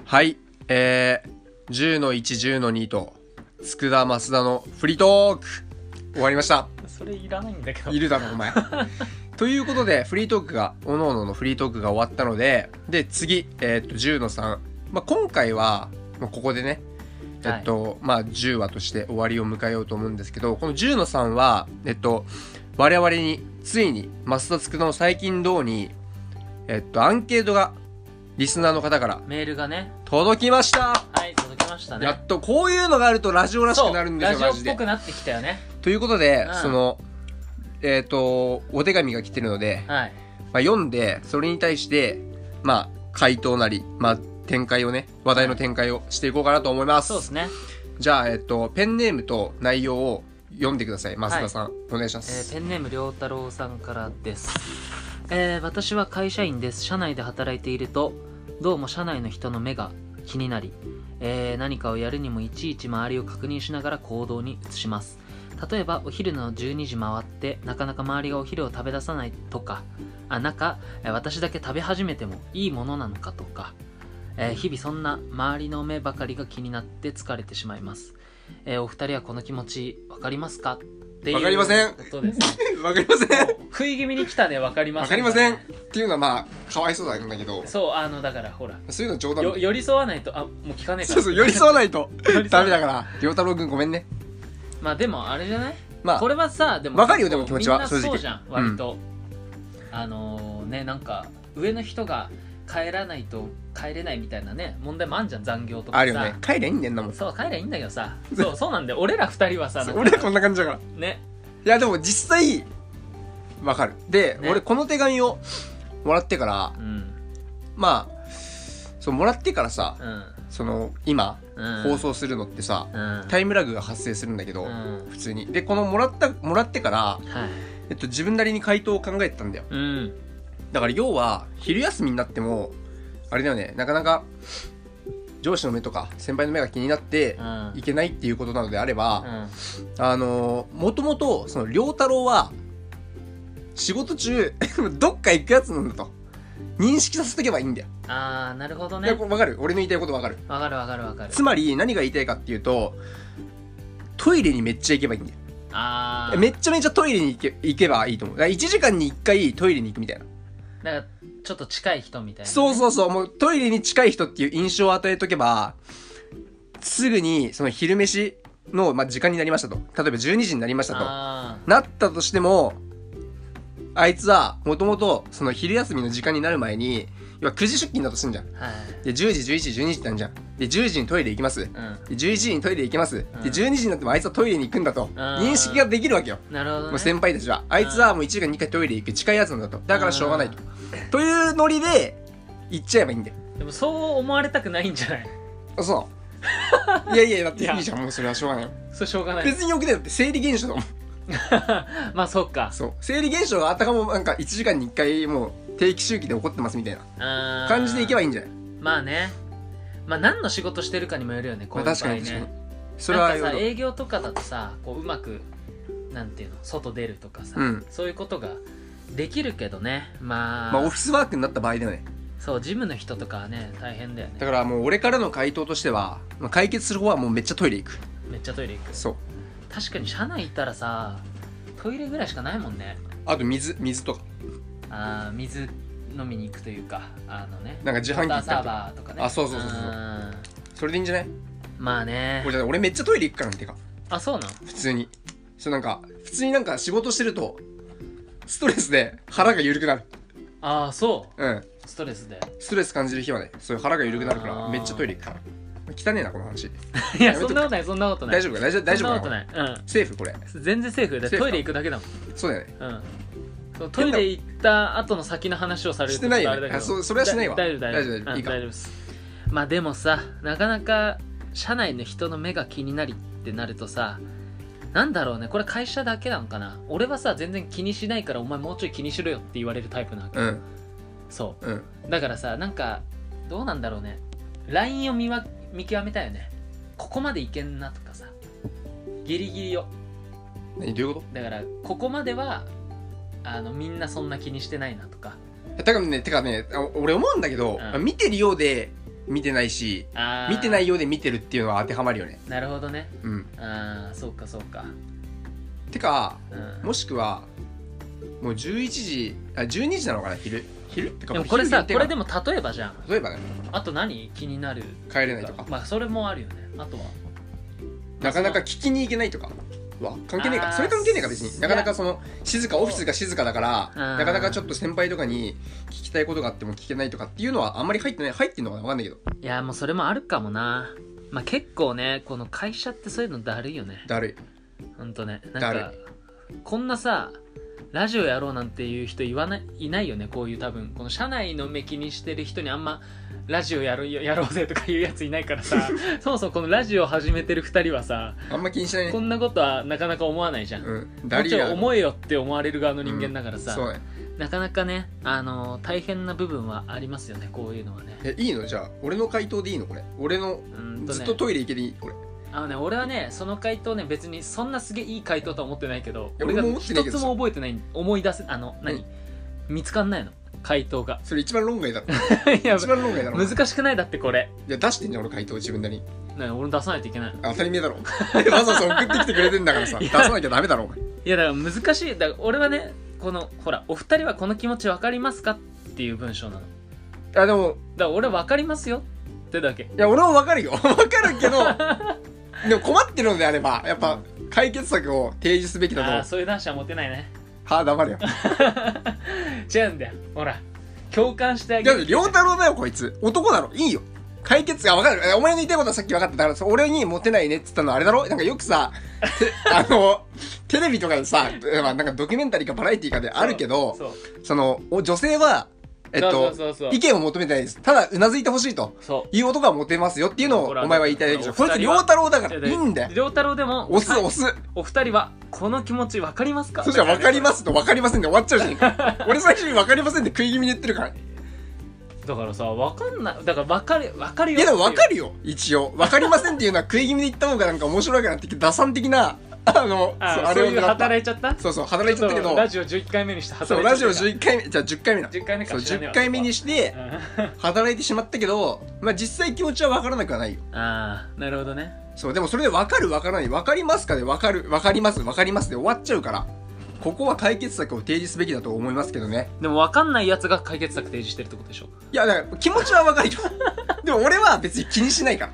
はい、10の1、10の2と佃増田のフリートーク終わりました。 それいらないんだけど。 いるだろお前ということでフリートークが各々のフリートークが終わったので、次、10の3、今回は、ここでね10話として終わりを迎えようと思うんですけど、この10の3は我々についに増田佃の最近どうにアンケートがリスナーの方からメールがね届きました。 はい、届きましたね。 やっとこういうのがあるとラジオらしくなるんですよ。 ラジオっぽくなってきたよね。 ということで、 うん、 お手紙が来てるので、 はい、 読んでそれに対して回答なり展開をね、話題の展開をしていこうかなと思います。 そうですね。 じゃあペンネームと内容を読んでください。増田さん、お願いします。 ペンネーム良太郎さんからです。私は会社員です。社内で働いているとどうも社内の人の目が気になり、何かをやるにもいちいち周りを確認しながら行動に移します。例えばお昼の12時回ってなかなか周りがお昼を食べ出さないとか、私だけ食べ始めてもいいものなのかとか、日々そんな周りの目ばかりが気になって疲れてしまいます。お二人はこの気持ち分かりますかっていう分かりません。 ことです。 分かりません。 食い気味に来たね。分かりません。 分かりませんっていうのはかわいそうなんだけど、 そうだからほらそういうの冗談寄り添わないともう聞かねえから。 そう寄り添わないとダメだから良太郎くんごめんね。 でもあれじゃない、これはさ、でも分かるよ。でも気持ちはみんなそうじゃん割と、なんか上の人が帰らないと帰れないみたいなね問題もあんじゃん。残業とかさあるよね。帰りゃいいんだよなもん。 そう帰りゃいいんだけどさそうなんだよ。俺ら二人はさ俺らこんな感じだからね。 いやでも実際わかる。で、 ね、 俺この手紙をもらってから、そうもらってからさ、今、放送するのってさ、タイムラグが発生するんだけど、普通に。でこのもらってから、自分なりに回答を考えてたんだよ。だから要は昼休みになってもあれだよね、なかなか上司の目とか先輩の目が気になっていけないっていうことなのであれば、もともとその良太郎は仕事中どっか行くやつなんだと認識させとけばいいんだよ。 なるほどね。 わかる。俺の言いたいことわかる。 わかる。 つまり何が言いたいかっていうと、トイレにめっちゃ行けばいいんだよ。めっちゃトイレに行けばいいと思う。だから1時間に1回トイレに行くみたいな。 だからちょっと近い人みたいな、ね、 そうもうトイレに近い人っていう印象を与えとけば、すぐにその昼飯の、時間になりましたと、例えば12時になりましたとなったとしても、あいつはもともとその昼休みの時間になる前に、要は9時出勤だとすんじゃん、で10時11時12時ってなんじゃん。で10時にトイレ行きます、で11時にトイレ行きます、で12時になってもあいつはトイレに行くんだと認識ができるわけよ。 なるほど、ね、 もう先輩たちはあいつはもう1時間に1回トイレ行く近いやつなんだと、だからしょうがないというノリで行っちゃえばいいんだよ。 でもそう思われたくないんじゃない？ そういやだっていいじゃん。もうそれはしょうがないよ。 それしょうがない。 別によくね。だって生理現象だもんそうか。 そう生理現象があったかも、なんか1時間に1回もう定期周期で起こってますみたいな感じでいけばいいんじゃない？ 何の仕事してるかにもよるよね。こういう場合ね。確かにそれはなんかさ、営業とかだとさ、こううまくなんていうの、外出るとかさ、そういうことができるけどね。オフィスワークになった場合だよね。 そう、ジムの人とかはね大変だよね。 だからもう俺からの回答としては、解決する方はもうめっちゃトイレ行く。そう、 確かに社内行ったらさ、トイレぐらいしかないもんね。 あと水とか、 水飲みに行くというか、 なんか自販機行ったりとか、 サーバーとかね。 そうそれでいいんじゃない？俺めっちゃトイレ行くからね。てかそうなん？ 普通になんか普通になんか仕事してるとストレスで腹が緩くなる。 そう。ストレス感じる日はね、そういう腹が緩くなるからめっちゃトイレ行くから。汚ねえなこの話。 いや、そんなことない。 大丈夫か？大丈夫かな？セーフ？これ全然セーフだ。トイレ行くだけだもん。 そうだよね。 トイレ行った後の先の話をされるとしてないよね。それはしないわ。 大丈夫。いいか。大丈夫です。でもさ、なかなか社内の人の目が気になりってなるとさ、なんだろうね、これ会社だけなのかな。俺はさ全然気にしないから、お前もうちょい気にしろよって言われるタイプなわけ。そう、だからさ、なんかどうなんだろうね、ラインを見極めたいよね。ここまでいけんなとかさ、ギリギリよ。 どういうこと？ だからここまではみんなそんな気にしてないなとか。 てかね、俺思うんだけど、見てるようで見てないし、見てないようで見てるっていうのは当てはまるよね。 なるほどね。 うん。 ああ、そうかそうか。 てか、もしくはもう11時12時なのかな、昼ってか。 でもこれさ、これでも例えばじゃん。 例えばね。 あと何気になる？ 帰れないとか。 まあそれもあるよね。あとはなかなか聞きに行けないとかは関係ねえか。それ関係ねえか別に。なかなかそのオフィスが静かだから、なかなかちょっと先輩とかに聞きたいことがあっても聞けないとかっていうのはあんまり入ってんのかな、分かんないけど。 いやもうそれもあるかもな。まあ結構ね、この会社ってそういうのだるいよね。 だるい。 ほんとね。なんかこんなさ、ラジオやろうなんていう人いないよね。こういう多分この社内の目気にしてる人にあんまラジオやろうぜとかいうやついないからさそもそもこのラジオを始めてる2人はさ、 あんま気にしないね。 こんなことはなかなか思わないじゃん。もうちょい思えよって思われる側の人間だからさ、 そうね。 なかなかね、大変な部分はありますよね、こういうのはね。 いいの？じゃあ俺の回答でいいのこれ？俺のずっとトイレ行けでいいこれ？ 俺はね、その回答ね、別にそんなすげえいい回答とは思ってないけど、俺が一つも覚えてない、思い出せ、見つかんないの回答が。 それ一番論外だろ。 いや一番論外だろ。 難しくないだってこれ。 いや出してんじゃん俺回答自分なりに。 俺出さないといけないの。 当たり前だろ。わざわざ送ってきてくれてんだからさ、出さなきゃダメだろお前。 いやだから難しい。だから俺はね、このほら、お二人はこの気持ち分かりますかっていう文章なの。 でもだから俺分かりますよってだけ。 いや俺も分かるよ。分かるけどでも困ってるのであればやっぱ解決策を提示すべきだと。 そういう男子はモテないね。 黙れよ。 違うんだよ、ほら共感してあげる。 だって良太郎だよこいつ。男だろ。いいよ解決が分かる。お前の言いたいことはさっき分かった。だから俺にモテないねって言ったのはあれだろ。なんかよくさテレビとかでさ、なんかドキュメンタリーかバラエティーかであるけど、その女性は意見を求めてないです。ただうなずいてほしいという男はモテますよっていうのをお前は言いたいだけじゃん。こいつ良太郎だからいいんだよ。 良太郎でも押す。 お二人はこの気持ち分かりますか？ そしたら分かりますと分かりませんで終わっちゃうじゃんか。俺最初に分かりませんって食い気味に言ってるから。 だからさ、分かんない。だから分かるよ。 いやでも分かるよ一応。分かりませんっていうのは食い気味で言った方がなんか面白いかなって打算的なそういう働いちゃった。 そう働いちゃったけど、 ラジオ11回目にして働いちゃった。そうラジオ11回目じゃあ10回目な 10回目か。 そう10回目にして働いてしまったけど、まあ実際気持ちは分からなくはないよ。 なるほどね。 そうでもそれで分かる分からない分かりますかで分かる分かります分かりますで終わっちゃうから、ここは解決策を提示すべきだと思いますけどね。 でも分かんないやつが解決策提示してるってことでしょ。 いやだから気持ちは分かるよ。でも俺は別に気にしないから。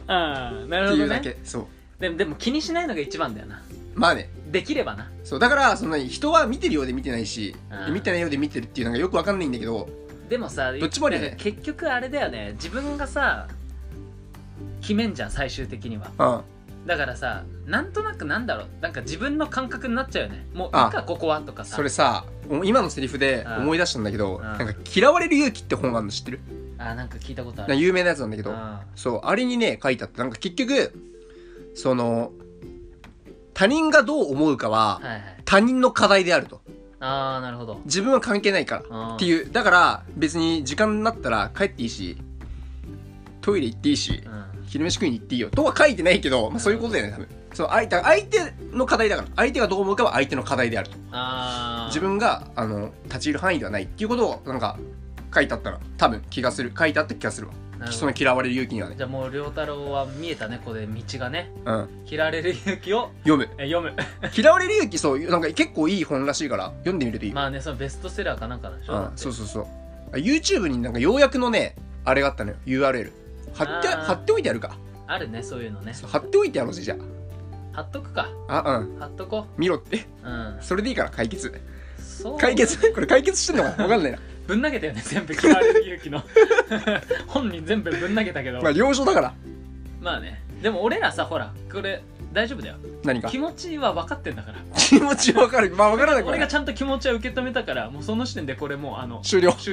なるほどね。っていうだけ。 そうでも気にしないのが一番だよな。 まあね。 できればな。 そうだからそんなに人は見てるようで見てないし、見てないようで見てるっていうのがよく分かんないんだけど。 でもさ、 どっちもあるよね。 結局あれだよね。自分がさ決めんじゃん最終的には。だからさ、なんとなくなんだろう、なんか自分の感覚になっちゃうよね。もういいかここはとかさ。 それさ、今のセリフで思い出したんだけど、なんか嫌われる勇気って本があるの知ってる？ なんか聞いたことある。 有名なやつなんだけど、そうあれにね書いてあって、なんか結局その他人がどう思うかは他人の課題であると。 なるほど。 自分は関係ないからっていう。だから別に時間になったら帰っていいし、トイレ行っていいし、昼飯食いに行っていいよとは書いてないけど、まあそういうことだよね多分。そう相手の課題だから、相手がどう思うかは相手の課題であると。自分が立ち入る範囲ではないっていうことをなんか書いてあったら多分書いてあった気がするわ。その嫌われる勇気にはね。 じゃあもう良太郎は見えたね、ここで道がね。嫌われる勇気を読む。嫌われる勇気、そうなんか結構いい本らしいから読んでみるといい。 まあね、そのベストセラーかなんかでしょ。 そう YouTube になんか要約のねあれがあったのよ。 URL 貼っておいてやるか。 あるね、そういうのね。 貼っておいてやろうぜ。じゃあ貼っとくか。 貼っとこう。見ろって。それでいいから解決。 そう解決これ解決してんのか分かんないな。 ぶん投げたよね全部。嫌われる勇気の本人全部ぶん投げたけど、 まあ了承だから。 まあね。でも俺らさ、ほらこれ大丈夫だよ。 何か気持ちは分かってんだから。 気持ち分かる。まあ分からない。 俺がちゃんと気持ちは受け止めたから、もうその時点でこれもう終了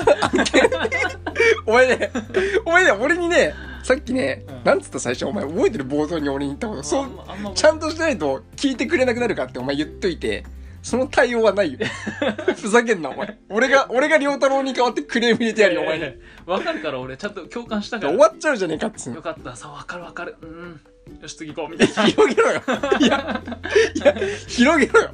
お前ね俺にねさっきね、なんつった最初お前覚えてる？冒頭に俺に言ったこと。そうちゃんとしないと聞いてくれなくなるからってお前言っといて、その対応はないよ。ふざけんなお前。俺が良太郎に代わってクレーム入れてやるよお前に。 分かるから俺ちゃんと共感したから。 終わっちゃうじゃねえかっつうの。 よかった。そう分かる。よし次行こうみたいな。 広げろよ。いや広げろよ。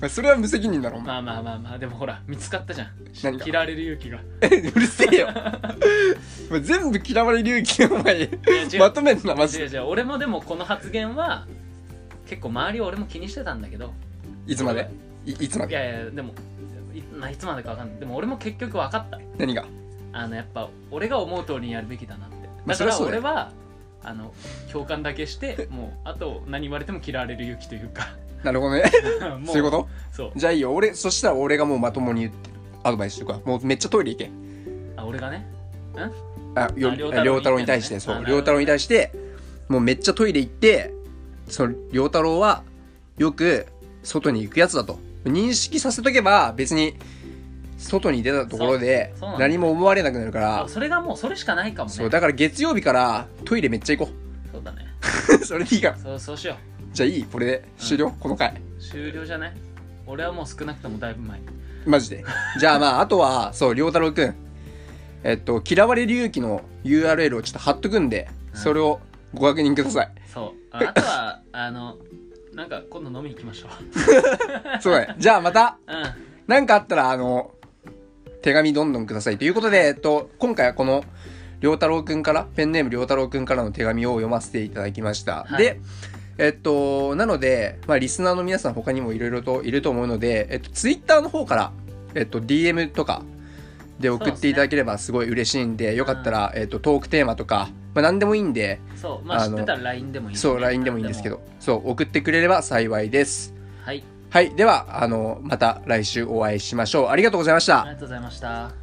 それは無責任だろ。 まあでもほら見つかったじゃん。 何が嫌われる勇気が。 うるせえよ全部嫌われる勇気をお前まとめんなマジで。 違う俺もでもこの発言は結構周りを俺も気にしてたんだけど。 いつまでいつまで。 いやでもいつまでか分かんない。でも俺も結局分かった。 何が。 やっぱ俺が思う通りにやるべきだなって。だから俺は共感だけしてもうあと何言われても嫌われる勇気というかなるほどねそういうこと。 そうじゃあいいよ。そしたら俺がもうまともに言ってアドバイスとかもうめっちゃトイレ行け。 俺がね良太郎に対して。そう良太郎に対してもうめっちゃトイレ行って、その良太郎はよく外に行くやつだと認識させとけば別に外に出たところで何も思われなくなるから。 それがもうそれしかないかもね。 そうだから月曜日からトイレめっちゃ行こう。そうだねそれでいいからそうしよう。 じゃあいいこれで終了、この回終了じゃない。俺はもう少なくともだいぶ前にマジでじゃあまああとはそう良太郎くん嫌われる勇気の URL をちょっと貼っとくんで、それをご確認ください。 そうあとはなんか今度飲みに行きましょうそうだね。じゃあまたなんかあったら手紙どんどんくださいということで、今回はこの良太郎くんからペンネーム良太郎くんからの手紙を読ませていただきました、はい、でなので、リスナーの皆さん他にもいろいろといると思うので、ツイッターの方から、DM とかで送っていただければすごい嬉しいんで、よかったら、トークテーマとか、何でもいいんで、 そう、知ってたら LINE でもいい、ね、 そう LINE でもいいんですけど、そう送ってくれれば幸いです。 はい、 はい、ではまた来週お会いしましょう。ありがとうございました。 ありがとうございました。